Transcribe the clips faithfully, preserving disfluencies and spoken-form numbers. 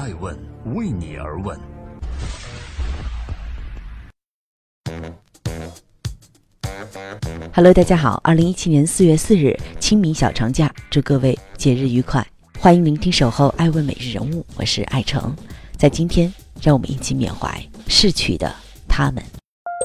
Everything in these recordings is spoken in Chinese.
爱问为你而问。 Hello， 大家好，二零一七年四月四日，清明小长假，祝各位节日愉快。欢迎聆听守候爱问每日人物，我是爱成。在今天，让我们一起缅怀逝去的他们。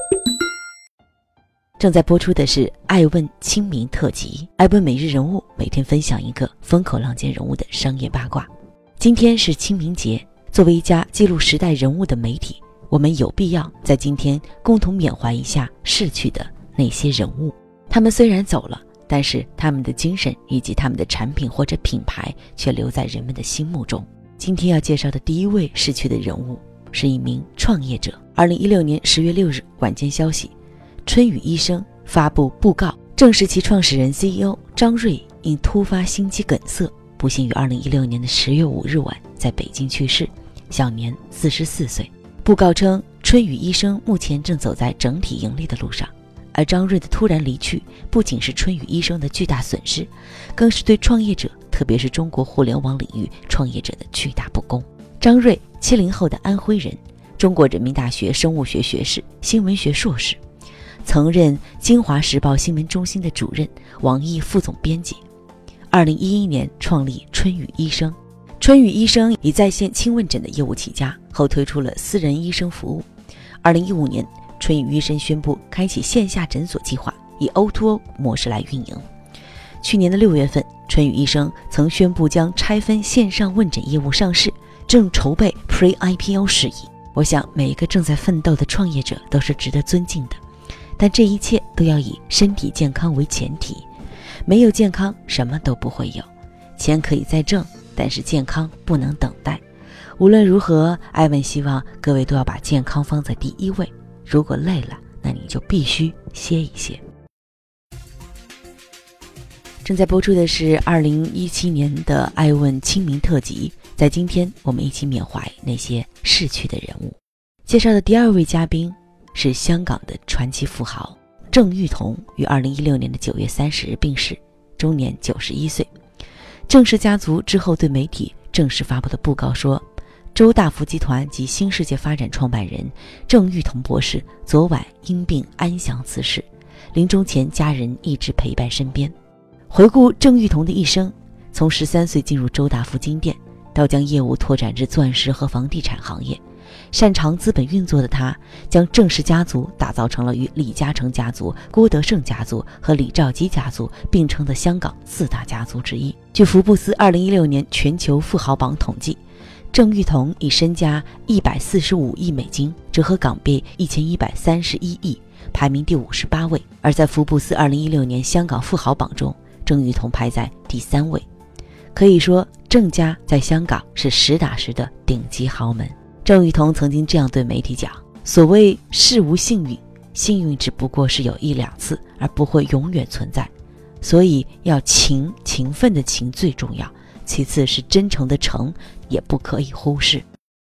正在播出的是爱问清明特辑，爱问每日人物，每天分享一个风口浪尖人物的商业八卦。今天是清明节，作为一家记录时代人物的媒体，我们有必要在今天共同缅怀一下逝去的那些人物。他们虽然走了，但是他们的精神以及他们的产品或者品牌却留在人们的心目中。今天要介绍的第一位逝去的人物是一名创业者。二零一六年十月六日晚间消息，春雨医生发布布告，证实其创始人 C E O 张瑞因突发心肌梗塞，不幸于二零一六年的十月五日晚在北京去世，享年四十四岁。布告称，春雨医生目前正走在整体盈利的路上，而张瑞的突然离去不仅是春雨医生的巨大损失，更是对创业者，特别是中国互联网领域创业者的巨大不公。张瑞，七零后的安徽人，中国人民大学生物学学士、新闻学硕士，曾任京华时报新闻中心的主任、网易副总编辑。二零一一年创立春雨医生。春雨医生以在线轻问诊的业务起家，后推出了私人医生服务。二零一五年，春雨医生宣布开启线下诊所计划，以 O to O 模式来运营。去年的六月份，春雨医生曾宣布将拆分线上问诊业务上市，正筹备 Pre I P O 事宜。我想每个正在奋斗的创业者都是值得尊敬的，但这一切都要以身体健康为前提。没有健康，什么都不会有。钱可以再挣，但是健康不能等待。无论如何，艾文希望各位都要把健康放在第一位。如果累了，那你就必须歇一歇。正在播出的是二零一七年的爱问清明特辑，在今天我们一起缅怀那些逝去的人物。介绍的第二位嘉宾是香港的传奇富豪郑裕彤，于二零一六年的九月三十日病逝，终年九十一岁。郑氏家族之后对媒体正式发布的布告说，周大福集团及新世界发展创办人郑裕彤博士昨晚因病安详辞世，临终前家人一直陪伴身边。回顾郑裕彤的一生，从十三岁进入周大福金店，到将业务拓展至钻石和房地产行业，擅长资本运作的他，将郑氏家族打造成了与李嘉诚家族、郭德胜家族和李兆基家族并称的香港四大家族之一。据福布斯二零一六年全球富豪榜统计，郑裕彤以身家一百四十五亿美金，折合港币一千一百三十一亿，排名第五十八位。而在福布斯二零一六年香港富豪榜中，郑裕彤排在第三位。可以说，郑家在香港是实打实的顶级豪门。郑裕彤曾经这样对媒体讲，所谓事无幸运，幸运只不过是有一两次，而不会永远存在。所以要勤，勤奋的勤最重要，其次是真诚的诚，也不可以忽视。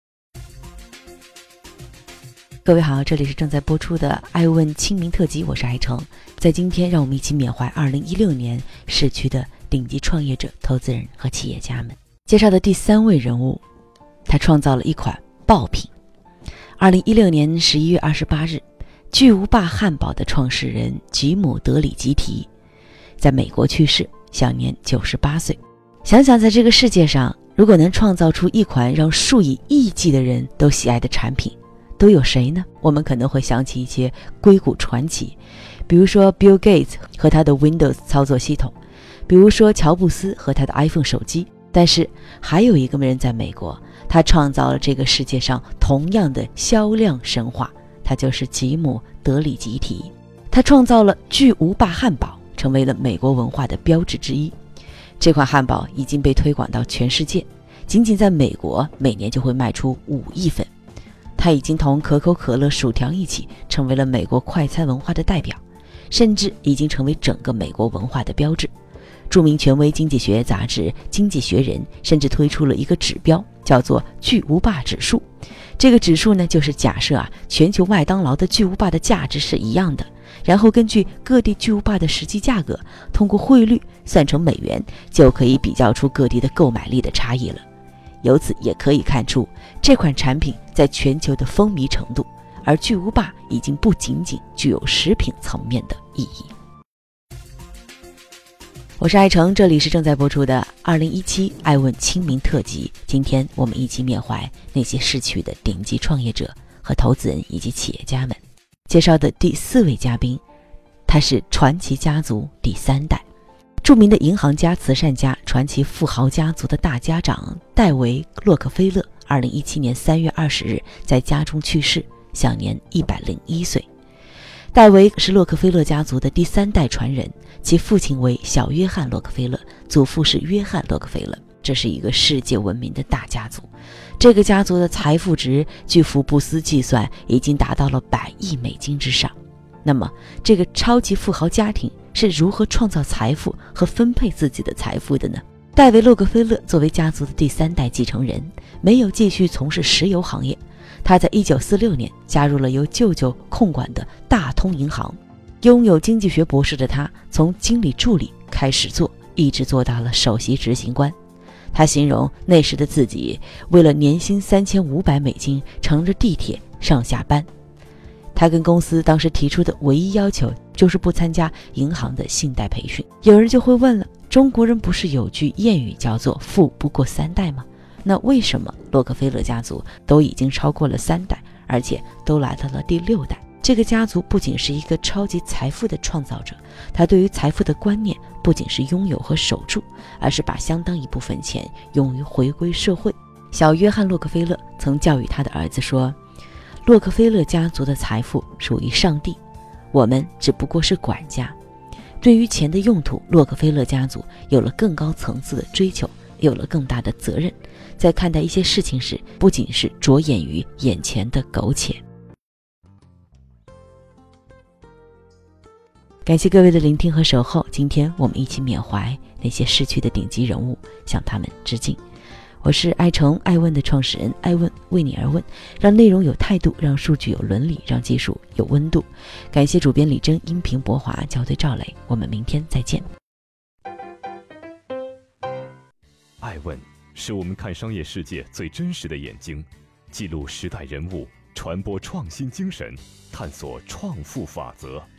各位好，这里是正在播出的爱问清明特辑，我是爱成。在今天，让我们一起缅怀二零一六年逝去的顶级创业者、投资人和企业家们。介绍的第三位人物，他创造了一款爆品。二零一六年十一月二十八日，巨无霸汉堡的创始人吉姆·德里吉提在美国去世，享年九十八岁。想想在这个世界上，如果能创造出一款让数以亿计的人都喜爱的产品，都有谁呢？我们可能会想起一些硅谷传奇，比如说 Bill Gates 和他的 Windows 操作系统，比如说乔布斯和他的 iPhone 手机。但是还有一个人在美国，他创造了这个世界上同样的销量神话，他就是吉姆·德里吉提。他创造了巨无霸汉堡，成为了美国文化的标志之一。这款汉堡已经被推广到全世界，仅仅在美国每年就会卖出五亿份。它已经同可口可乐、薯条一起成为了美国快餐文化的代表，甚至已经成为整个美国文化的标志。著名权威经济学杂志《经济学人》甚至推出了一个指标，叫做巨无霸指数。这个指数呢，就是假设啊，全球麦当劳的巨无霸的价值是一样的，然后根据各地巨无霸的实际价格，通过汇率算成美元，就可以比较出各地的购买力的差异了。 由此也可以看出这款产品在全球的风靡程度，而巨无霸已经不仅仅具有食品层面的意义。我是爱成，这里是正在播出的二零一七爱问清明特辑。今天我们一起缅怀那些逝去的顶级创业者和投资人以及企业家们。介绍的第四位嘉宾，他是传奇家族第三代，著名的银行家、慈善家、传奇富豪家族的大家长戴维·洛克菲勒，二零一七年三月二十日在家中去世，享年一百零一岁。戴维是洛克菲勒家族的第三代传人，其父亲为小约翰·洛克菲勒，祖父是约翰·洛克菲勒。这是一个世界闻名的大家族，这个家族的财富值据福布斯计算已经达到了百亿美金之上。那么这个超级富豪家庭是如何创造财富和分配自己的财富的呢？戴维·洛克菲勒作为家族的第三代继承人，没有继续从事石油行业。他在一九四六年加入了由舅舅控管的大通银行。拥有经济学博士的他，从经理助理开始做，一直做到了首席执行官。他形容那时的自己为了年薪三千五百美金乘着地铁上下班。他跟公司当时提出的唯一要求就是不参加银行的信贷培训。有人就会问了，中国人不是有句谚语叫做富不过三代吗？那为什么洛克菲勒家族都已经超过了三代，而且都来到了第六代？这个家族不仅是一个超级财富的创造者，他对于财富的观念不仅是拥有和守住，而是把相当一部分钱用于回归社会。小约翰·洛克菲勒曾教育他的儿子说，洛克菲勒家族的财富属于上帝，我们只不过是管家。对于钱的用途，洛克菲勒家族有了更高层次的追求，有了更大的责任，在看待一些事情时，不仅是着眼于眼前的苟且。感谢各位的聆听和守候，今天我们一起缅怀那些逝去的顶级人物，向他们致敬。我是爱成爱问的创始人，爱问为你而问，让内容有态度，让数据有伦理，让技术有温度。感谢主编李真，音频博华，校对赵磊，我们明天再见。 爱问是我们看商业世界最真实的眼睛，记录时代人物，传播创新精神，探索创富法则。